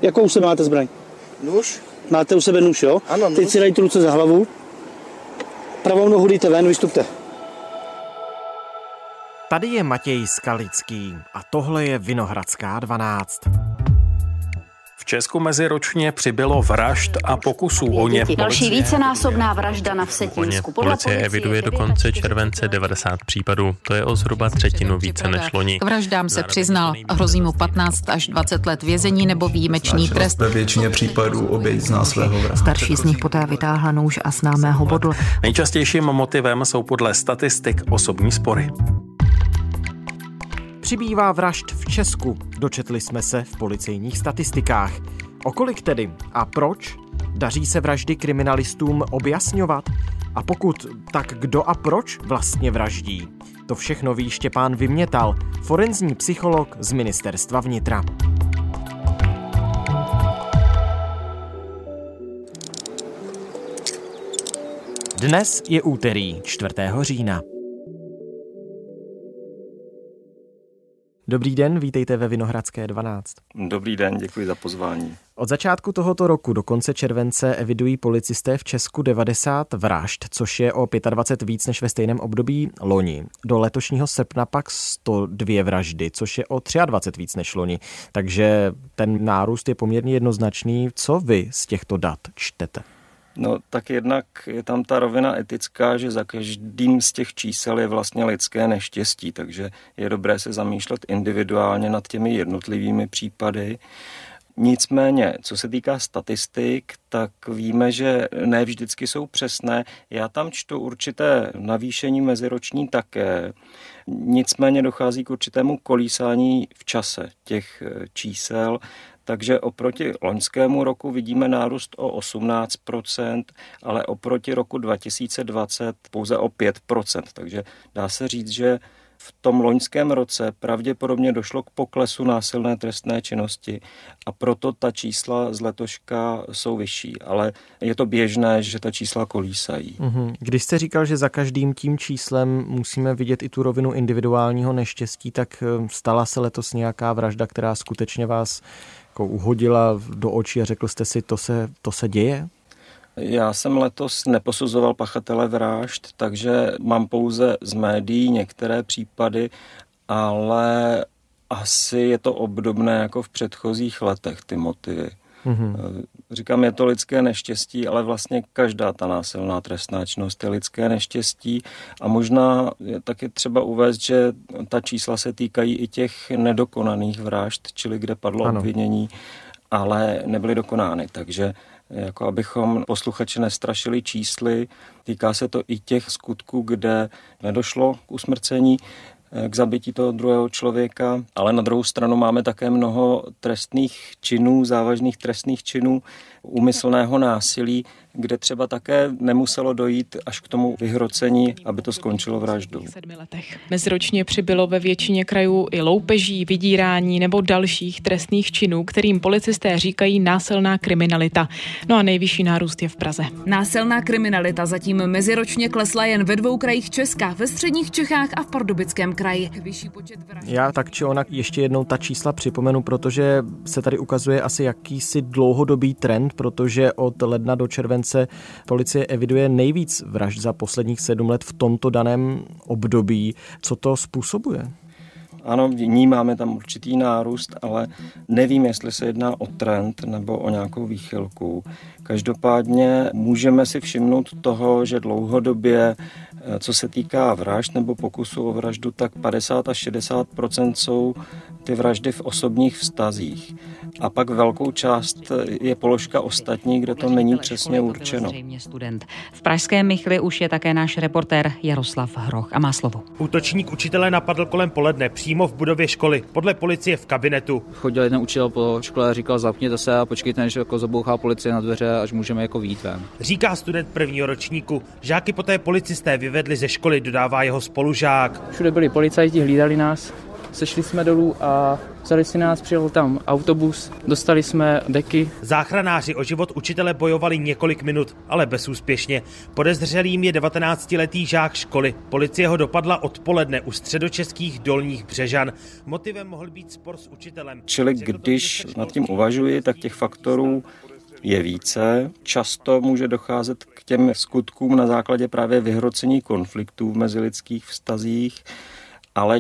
Jakou u sebe máte zbraň? Nůž. Máte u sebe nůž, jo? Ano, nůž. Teď si dajte ruce za hlavu. Pravou nohu dejte ven, vystupte. Tady je Matěj Skalický a tohle je Vinohradská 12. V Česku meziročně přibylo vražd a pokusů o ně. Další vícenásobná vražda na Vsetínsku. Policie eviduje do konce července 90 případů. To je o zhruba třetinu více než loni. K vraždám se přiznal. Hrozí mu 15 až 20 let vězení nebo výjimečný trest. Ve většině případů oběť zná svého vraha. Starší z nich poté vytáhla nůž a známého bodl. Nejčastějším motivem jsou podle statistik osobní spory. Přibývá vražd v Česku, dočetli jsme se v policejních statistikách. O kolik tedy a proč? Daří se vraždy kriminalistům objasňovat? A pokud, tak kdo a proč vlastně vraždí? To všechno ví Štěpán Vymětal, forenzní psycholog z Ministerstva vnitra. Dnes je úterý 4. října. Dobrý den, vítejte ve Vinohradské 12. Dobrý den, děkuji za pozvání. Od začátku tohoto roku do konce července evidují policisté v Česku 90 vražd, což je o 25 víc než ve stejném období loni. Do letošního srpna pak 102 vraždy, což je o 23 víc než loni. Takže ten nárůst je poměrně jednoznačný. Co vy z těchto dat čtete? No tak jednak je tam ta rovina etická, že za každým z těch čísel je vlastně lidské neštěstí, takže je dobré se zamýšlet individuálně nad těmi jednotlivými případy. Nicméně, co se týká statistik, tak víme, že ne vždycky jsou přesné. Já tam čtu určité navýšení meziroční také. Nicméně dochází k určitému kolísání v čase těch čísel. Takže oproti loňskému roku vidíme nárůst o 18%, ale oproti roku 2020 pouze o 5%. Takže dá se říct, že v tom loňském roce pravděpodobně došlo k poklesu násilné trestné činnosti a proto ta čísla z letoška jsou vyšší. Ale je to běžné, že ta čísla kolísají. Když jste říkal, že za každým tím číslem musíme vidět i tu rovinu individuálního neštěstí, tak stala se letos nějaká vražda, která skutečně vás jako uhodila do očí a řekl jste si, to se děje? Já jsem letos neposuzoval pachatele vražd, takže mám pouze z médií některé případy, ale asi je to obdobné jako v předchozích letech, ty motivy. Říkám, je to lidské neštěstí, ale vlastně každá ta násilná trestná činnost je lidské neštěstí a možná je taky třeba uvést, že ta čísla se týkají i těch nedokonaných vražd, čili kde padlo obvinění, ale nebyly dokonány, takže jako abychom posluchače nestrašili čísly, týká se to i těch skutků, kde nedošlo k usmrcení, k zabití toho druhého člověka, ale na druhou stranu máme také mnoho trestných činů, závažných trestných činů, úmyslného násilí, kde třeba také nemuselo dojít až k tomu vyhrocení, aby to skončilo vraždou. Meziročně přibylo ve většině krajů i loupeží, vydírání nebo dalších trestných činů, kterým policisté říkají násilná kriminalita. No a nejvyšší nárůst je v Praze. Násilná kriminalita zatím meziročně klesla jen ve 2 krajích Česka, ve středních Čechách a v Pardubickém kraji. Já tak či onak ještě jednou ta čísla připomenu, protože se tady ukazuje asi jakýsi dlouhodobý trend, protože od ledna do července policie eviduje nejvíc vražd za posledních 7 let v tomto daném období. Co to způsobuje? Ano, vnímáme tam určitý nárůst, ale nevím, jestli se jedná o trend nebo o nějakou výchylku. Každopádně můžeme si všimnout toho, že dlouhodobě, co se týká vražd nebo pokusu o vraždu, tak 50 až 60% jsou ty vraždy v osobních vztazích. A pak velkou část je položka ostatní, kde to není přesně určeno. V pražském Michli už je také náš reportér Jaroslav Hroch a má slovo. Útočník učitele napadl kolem poledne přímo v budově školy, podle policie v kabinetu. Chodil jeden učitel po škole a říkal, zapněte se a počkejte, než jako zabouchá policie na dveře, až můžeme jako vyjít ven. Říká student prvního ročníku. Žáky poté policisté vyvedli ze školy, dodává jeho spolužák. Všude byli policajti, hlídali nás. sešli jsme dolů a vzali si nás, přijel tam autobus, dostali jsme deky. Záchranáři o život učitele bojovali několik minut, ale bezúspěšně. Podezřelým je 19letý žák školy. Policie ho dopadla odpoledne u středočeských Dolních Břežan. Motivem mohl být spor s učitelem. Čili když nad tím uvažuji, tak těch faktorů je více. Často může docházet k těm skutkům na základě právě vyhrocení konfliktů v mezilidských vztazích, ale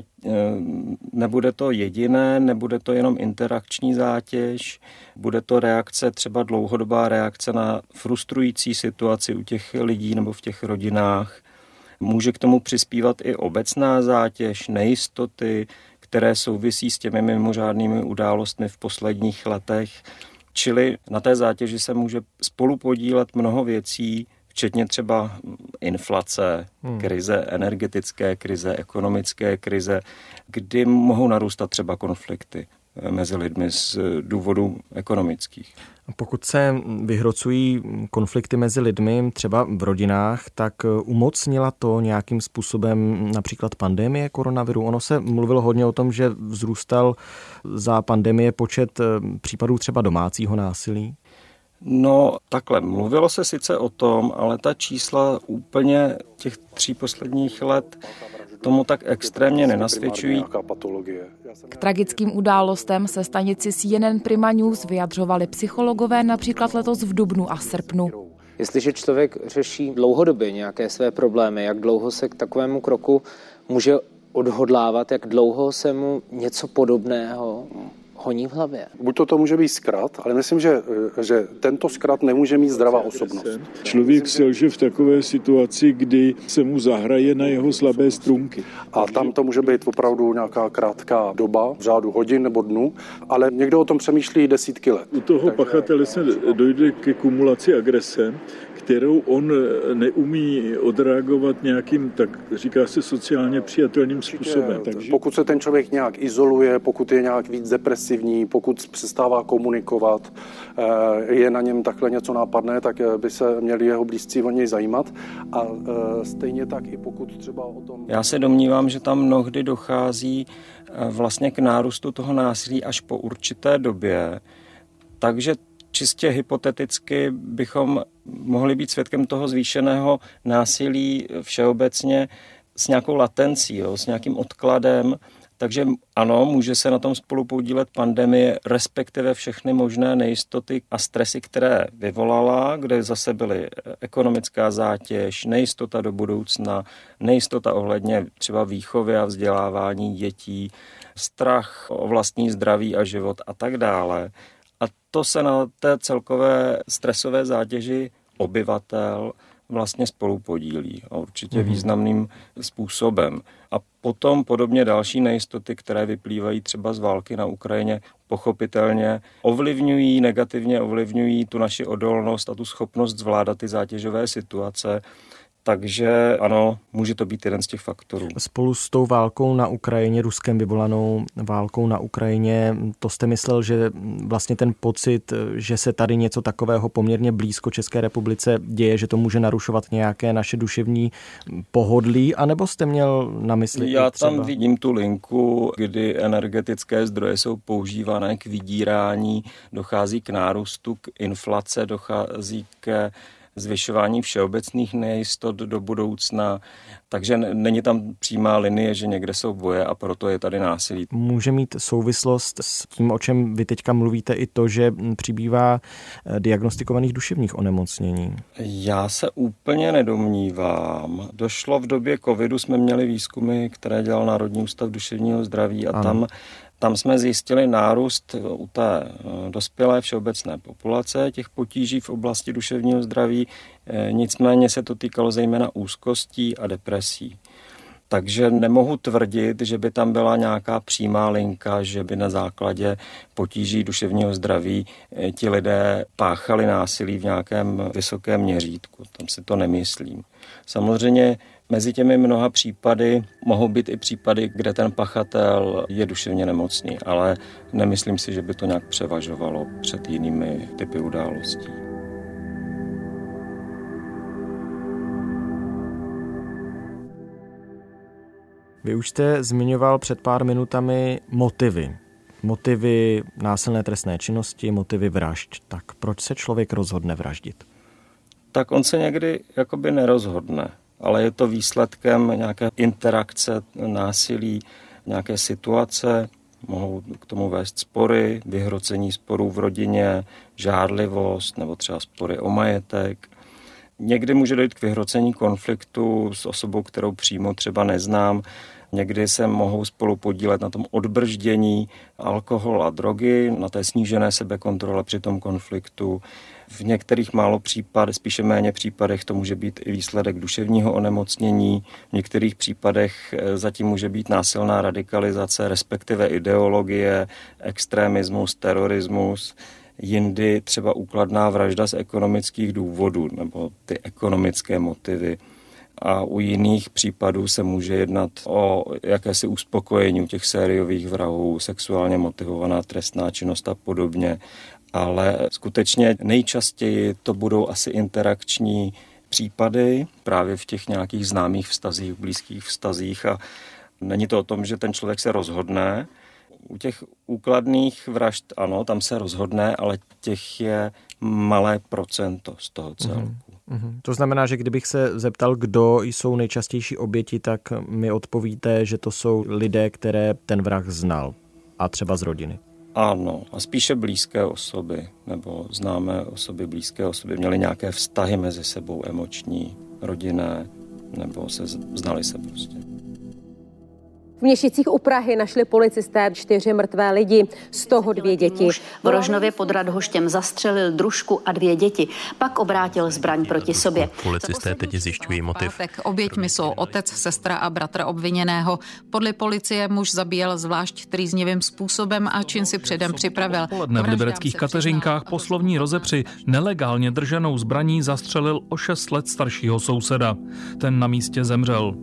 nebude to jediné, nebude to jenom interakční zátěž, bude to reakce, třeba dlouhodobá reakce na frustrující situaci u těch lidí nebo v těch rodinách. Může k tomu přispívat i obecná zátěž, nejistoty, které souvisí s těmi mimořádnými událostmi v posledních letech. Čili na té zátěži se může spolupodílet mnoho věcí, včetně třeba inflace, krize, energetické krize, ekonomické krize, kdy mohou narůstat třeba konflikty mezi lidmi z důvodů ekonomických. Pokud se vyhrocují konflikty mezi lidmi, třeba v rodinách, tak umocnila to nějakým způsobem například pandemie koronaviru? Ono se mluvilo hodně o tom, že vzrůstal za pandemie počet případů třeba domácího násilí. No takhle, mluvilo se sice o tom, ale ta čísla úplně těch 3 posledních let tomu tak extrémně nenasvědčují. K tragickým událostem se stanici CNN Prima News vyjadřovali psychologové například letos v dubnu a srpnu. Jestliže člověk řeší dlouhodobě nějaké své problémy, jak dlouho se k takovému kroku může odhodlávat, jak dlouho se mu něco podobného honí v hlavě. Buď to může být zkrat, ale myslím, že tento zkrat nemůže mít zdravá osobnost. Člověk selže v takové situaci, kdy se mu zahraje na jeho slabé strunky. A tam to může být opravdu nějaká krátká doba, v řádu hodin nebo dnů, ale někdo o tom přemýšlí desítky let. U toho pachatele se dojde ke kumulaci agrese, kterou on neumí odreagovat nějakým, tak říká se, sociálně přijatelným způsobem. Takže pokud se ten člověk nějak izoluje, pokud je nějak víc depresivní, pokud přestává komunikovat, je na něm takhle něco nápadné, tak by se měli jeho blízcí o něj zajímat. A stejně tak i pokud třeba o tom... Já se domnívám, že tam mnohdy dochází vlastně k nárůstu toho násilí až po určité době. Takže čistě hypoteticky bychom mohli být svědkem toho zvýšeného násilí všeobecně s nějakou latencí, s nějakým odkladem. Takže ano, může se na tom spolu podílet pandemie, respektive všechny možné nejistoty a stresy, které vyvolala, kde zase byly ekonomická zátěž, nejistota do budoucna, nejistota ohledně třeba výchovy a vzdělávání dětí, strach o vlastní zdraví a život a tak dále. A to se na té celkové stresové zátěži obyvatel vlastně spolu podílí a určitě významným způsobem. A potom podobně další nejistoty, které vyplývají třeba z války na Ukrajině, pochopitelně negativně ovlivňují tu naši odolnost a tu schopnost zvládat ty zátěžové situace. Takže ano, může to být jeden z těch faktorů. Spolu s tou válkou na Ukrajině, Ruskem vyvolanou válkou na Ukrajině, to jste myslel, že vlastně ten pocit, že se tady něco takového poměrně blízko České republice děje, že to může narušovat nějaké naše duševní pohodlí, anebo jste měl na mysli? Já tam vidím tu linku, kdy energetické zdroje jsou používané k vydírání, dochází k nárůstu, k inflace, dochází k zvyšování všeobecných nejistot do budoucna, takže není tam přímá linie, že někde jsou boje a proto je tady násilí. Může mít souvislost s tím, o čem vy teďka mluvíte, i to, že přibývá diagnostikovaných duševních onemocnění? Já se úplně nedomnívám. Došlo v době covidu, jsme měli výzkumy, které dělal Národní ústav duševního zdraví a tam jsme zjistili nárůst u té dospělé všeobecné populace těch potíží v oblasti duševního zdraví, nicméně se to týkalo zejména úzkostí a depresí. Takže nemohu tvrdit, že by tam byla nějaká přímá linka, že by na základě potíží duševního zdraví ti lidé páchali násilí v nějakém vysokém měřítku. Tam si to nemyslím. Samozřejmě mezi těmi mnoha případy mohou být i případy, kde ten pachatel je duševně nemocný, ale nemyslím si, že by to nějak převažovalo před jinými typy událostí. Vy už jste zmiňoval před pár minutami motivy. Motivy násilné trestné činnosti, motivy vražd. Tak proč se člověk rozhodne vraždit? Tak on se někdy jakoby nerozhodne, ale je to výsledkem nějaké interakce, násilí, nějaké situace, mohou k tomu vést spory, vyhrocení sporů v rodině, žárlivost nebo třeba spory o majetek. Někdy může dojít k vyhrocení konfliktu s osobou, kterou přímo třeba neznám. Někdy se mohou spolu podílet na tom odbrždění alkohol a drogy, na té snížené sebekontrole při tom konfliktu. V některých málo případech, spíše méně případech, to může být i výsledek duševního onemocnění. V některých případech zatím může být násilná radikalizace, respektive ideologie, extremismus, terorismus. Jindy třeba úkladná vražda z ekonomických důvodů nebo ty ekonomické motivy. A u jiných případů se může jednat o jakési uspokojení u těch sériových vrahů, sexuálně motivovaná trestná činnost a podobně. Ale skutečně nejčastěji to budou asi interakční případy právě v těch nějakých známých vztazích, blízkých vztazích a není to o tom, že ten člověk se rozhodne. U těch úkladných vražd, ano, tam se rozhodne, ale těch je malé procento z toho celku. To znamená, že kdybych se zeptal, kdo jsou nejčastější oběti, tak mi odpovíte, že to jsou lidé, které ten vrah znal a třeba z rodiny. Ano, a spíše blízké osoby, nebo známé osoby, blízké osoby, měly nějaké vztahy mezi sebou emoční, rodinné, nebo se znali se prostě. V Měšicích u Prahy našli policisté 4 mrtvé lidi, z toho 2 děti. V Rožnově pod Radhoštěm zastřelil družku a 2 děti, pak obrátil zbraň proti sobě. Policisté teď zjišťují motiv. Oběťmi jsou otec, sestra a bratr obviněného. Podle policie muž zabíjel zvlášť trýznivým způsobem a čin si předem připravil. V libereckých Kateřinkách poslovní rozepři nelegálně drženou zbraní zastřelil o 6 let staršího souseda. Ten na místě zemřel.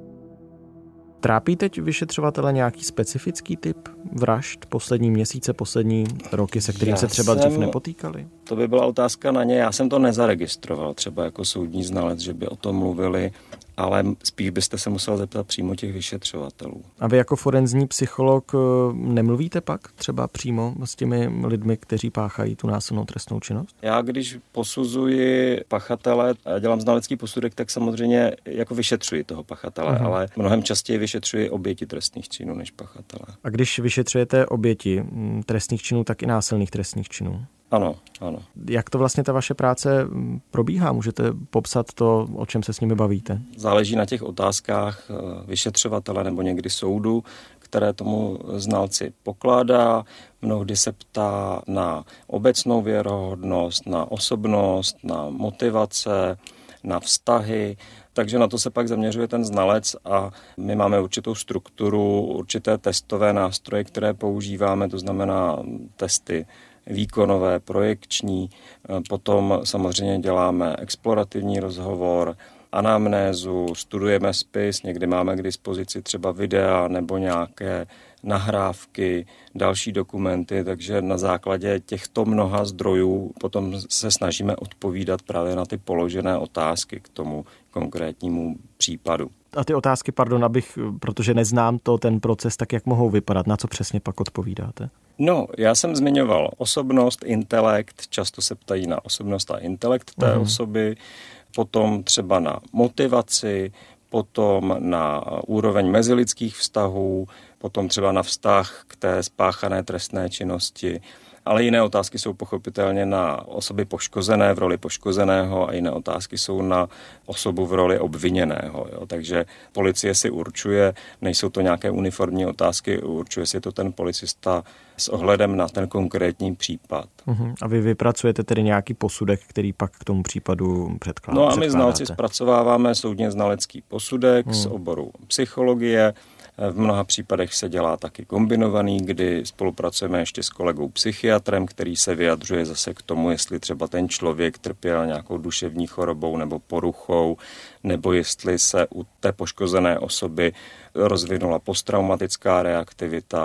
Trápí teď vyšetřovatele nějaký specifický typ vražd poslední měsíce, poslední roky, se kterým se třeba dřív nepotýkali? To by byla otázka na ně. Já jsem to nezaregistroval třeba jako soudní znalec, že by o tom mluvili, ale spíš byste se musel zeptat přímo těch vyšetřovatelů. A vy jako forenzní psycholog nemluvíte pak třeba přímo s těmi lidmi, kteří páchají tu násilnou trestnou činnost? Já když posuzuji pachatele a dělám znalecký posudek, tak samozřejmě jako vyšetřuji toho pachatele, ale mnohem častěji vyšetřuji oběti trestných činů než pachatele. A když vyšetřujete oběti trestných činů, tak i násilných trestných činů? Ano, ano. Jak to vlastně ta vaše práce probíhá? Můžete popsat to, o čem se s nimi bavíte? Záleží na těch otázkách vyšetřovatele nebo někdy soudu, které tomu znalci pokládá. Mnohdy se ptá na obecnou věrohodnost, na osobnost, na motivace, na vztahy. Takže na to se pak zaměřuje ten znalec a my máme určitou strukturu, určité testové nástroje, které používáme, to znamená testy výkonové, projekční, potom samozřejmě děláme explorativní rozhovor, anamnézu, studujeme spis, někdy máme k dispozici třeba videa nebo nějaké nahrávky, další dokumenty, takže na základě těchto mnoha zdrojů potom se snažíme odpovídat právě na ty položené otázky k tomu konkrétnímu případu. A ty otázky, protože neznám ten proces, tak jak mohou vypadat, na co přesně pak odpovídáte? No, já jsem zmiňoval osobnost, intelekt, často se ptají na osobnost a intelekt té osoby, potom třeba na motivaci, potom na úroveň mezilidských vztahů, potom třeba na vztah k té spáchané trestné činnosti. Ale jiné otázky jsou pochopitelně na osoby poškozené v roli poškozeného a jiné otázky jsou na osobu v roli obviněného. Jo. Takže policie si určuje, nejsou to nějaké uniformní otázky, určuje si to ten policista s ohledem na ten konkrétní případ. A vy vypracujete tedy nějaký posudek, který pak k tomu případu předkládáte? No a my znalci zpracováváme soudně znalecký posudek z oboru psychologie. V mnoha případech se dělá taky kombinovaný, kdy spolupracujeme ještě s kolegou psychiatrem, který se vyjadřuje zase k tomu, jestli třeba ten člověk trpěl nějakou duševní chorobou nebo poruchou, nebo jestli se u té poškozené osoby rozvinula posttraumatická reaktivita,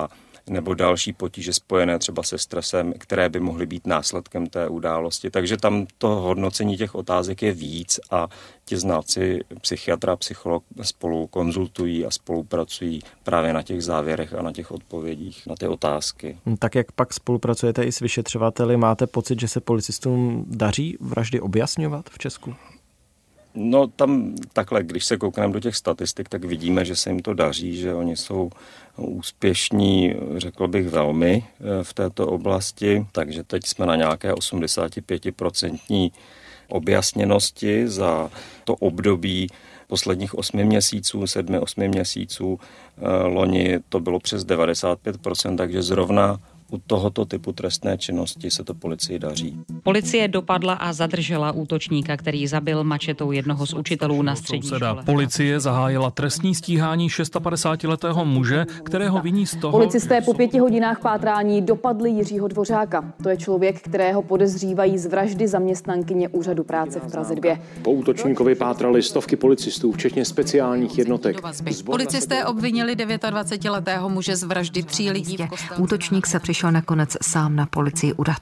nebo další potíže spojené třeba se stresem, které by mohly být následkem té události. Takže tam to hodnocení těch otázek je víc a ti znalci, psychiatra a psycholog spolu konzultují a spolupracují právě na těch závěrech a na těch odpovědích na ty otázky. Tak jak pak spolupracujete i s vyšetřovateli, máte pocit, že se policistům daří vraždy objasňovat v Česku? No tam takhle, když se koukneme do těch statistik, tak vidíme, že se jim to daří, že oni jsou úspěšní, řekl bych, velmi v této oblasti, takže teď jsme na nějaké 85% objasněnosti za to období posledních 8 měsíců, 7-8 měsíců. Loni to bylo přes 95%, takže zrovna u tohoto typu trestné činnosti se to policii daří. Policie dopadla a zadržela útočníka, který zabil mačetou jednoho z učitelů na střední škole. Policie zahájila trestní stíhání 56letého muže, kterého viní z toho... Policisté po 5 hodinách pátrání dopadli Jiřího Dvořáka. To je člověk, kterého podezřívají z vraždy zaměstnankyně úřadu práce v Praze 2. Po útočníkovi pátrali stovky policistů, včetně speciálních jednotek. Policisté obvinili 29letého muže z vraždy 3 lidí v kostele. Útočník se přišel nakonec sám na policii udat.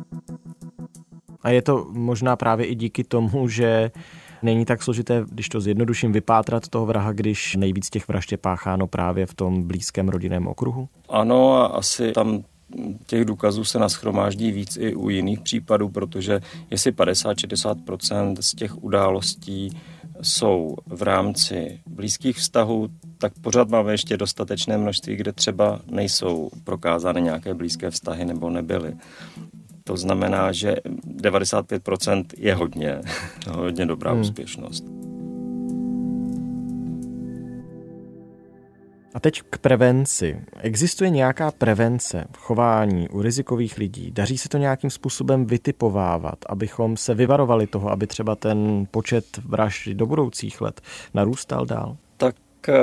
A je to možná právě i díky tomu, že není tak složité, když to zjednoduším, vypátrat toho vraha, když nejvíc těch vražd je pácháno právě v tom blízkém rodinném okruhu? Ano, a asi tam těch důkazů se nashromáždí víc i u jiných případů, protože jestli 50-60% z těch událostí jsou v rámci blízkých vztahů, tak pořád máme ještě dostatečné množství, kde třeba nejsou prokázány nějaké blízké vztahy nebo nebyly. To znamená, že 95% je hodně dobrá úspěšnost. A teď k prevenci. Existuje nějaká prevence chování u rizikových lidí? Daří se to nějakým způsobem vytipovávat, abychom se vyvarovali toho, aby třeba ten počet vražd do budoucích let narůstal dál? Tak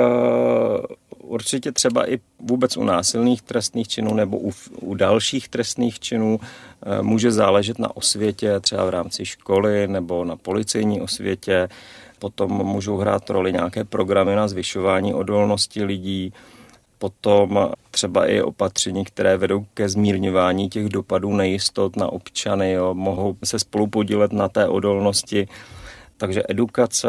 určitě třeba i vůbec u násilných trestných činů nebo u dalších trestných činů může záležet na osvětě, třeba v rámci školy nebo na policejní osvětě. Potom můžou hrát roli nějaké programy na zvyšování odolnosti lidí, potom třeba i opatření, které vedou ke zmírňování těch dopadů nejistot na občany, jo, mohou se spolupodílet na té odolnosti. Takže edukace,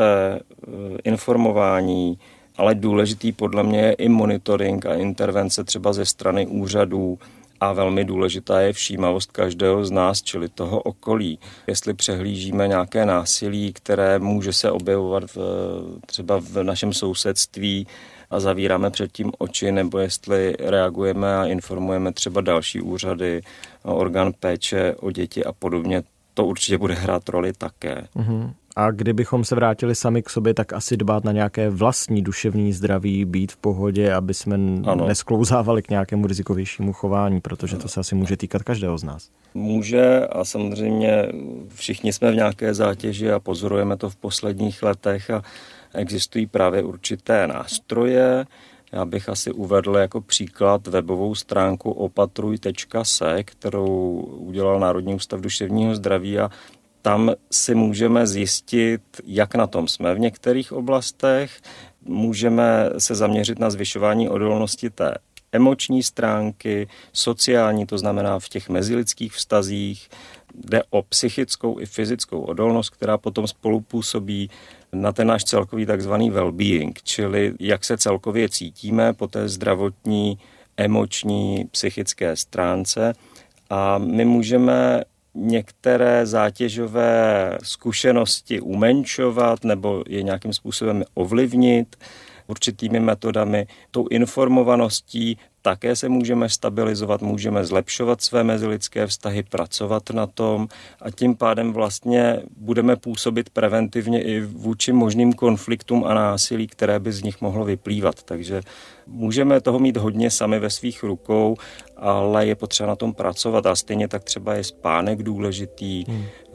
informování, ale důležitý podle mě je i monitoring a intervence třeba ze strany úřadů. A velmi důležitá je všímavost každého z nás, čili toho okolí. Jestli přehlížíme nějaké násilí, které může se objevovat třeba v našem sousedství a zavíráme předtím oči, nebo jestli reagujeme a informujeme třeba další úřady, orgán péče o děti a podobně, to určitě bude hrát roli také. A kdybychom se vrátili sami k sobě, tak asi dbát na nějaké vlastní duševní zdraví, být v pohodě, aby jsme nesklouzávali k nějakému rizikovějšímu chování, protože to se asi může týkat každého z nás. Může a samozřejmě všichni jsme v nějaké zátěži a pozorujeme to v posledních letech a existují právě určité nástroje. Já bych asi uvedl jako příklad webovou stránku opatruj.se, kterou udělal Národní ústav duševního zdraví a tam si můžeme zjistit, jak na tom jsme v některých oblastech. Můžeme se zaměřit na zvyšování odolnosti té emoční stránky, sociální, to znamená v těch mezilidských vztazích. Jde o psychickou i fyzickou odolnost, která potom spolupůsobí na ten náš celkový takzvaný well-being, čili jak se celkově cítíme po té zdravotní, emoční, psychické stránce. A my můžeme některé zátěžové zkušenosti umenšovat nebo je nějakým způsobem ovlivnit určitými metodami. Tou informovaností také se můžeme stabilizovat, můžeme zlepšovat své mezilidské vztahy, pracovat na tom a tím pádem vlastně budeme působit preventivně i vůči možným konfliktům a násilí, které by z nich mohlo vyplývat. Takže můžeme toho mít hodně sami ve svých rukou, ale je potřeba na tom pracovat a stejně tak třeba je spánek důležitý,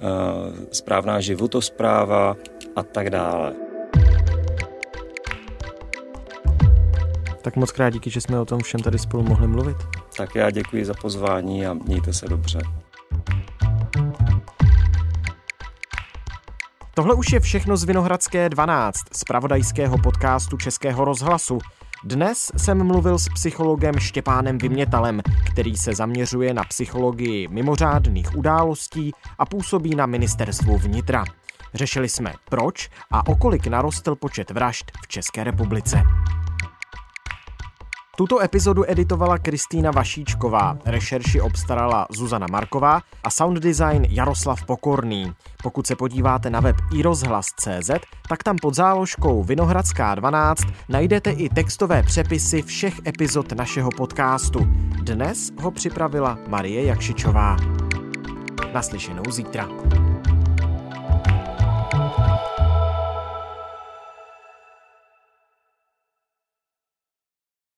správná životospráva a tak dále. Tak moc krát díky, že jsme o tom všem tady spolu mohli mluvit. Tak já děkuji za pozvání a mějte se dobře. Tohle už je všechno z Vinohradské 12, z zpravodajského podcastu Českého rozhlasu. Dnes jsem mluvil s psychologem Štěpánem Vymětalem, který se zaměřuje na psychologii mimořádných událostí a působí na ministerstvu vnitra. Řešili jsme, proč a o kolik narostl počet vražd v České republice. Tuto epizodu editovala Kristýna Vašíčková, rešerši obstarala Zuzana Marková a sound design Jaroslav Pokorný. Pokud se podíváte na web iRozhlas.cz, tak tam pod záložkou Vinohradská 12 najdete i textové přepisy všech epizod našeho podcastu. Dnes ho připravila Marie Jakšičová. Naslyšenou zítra.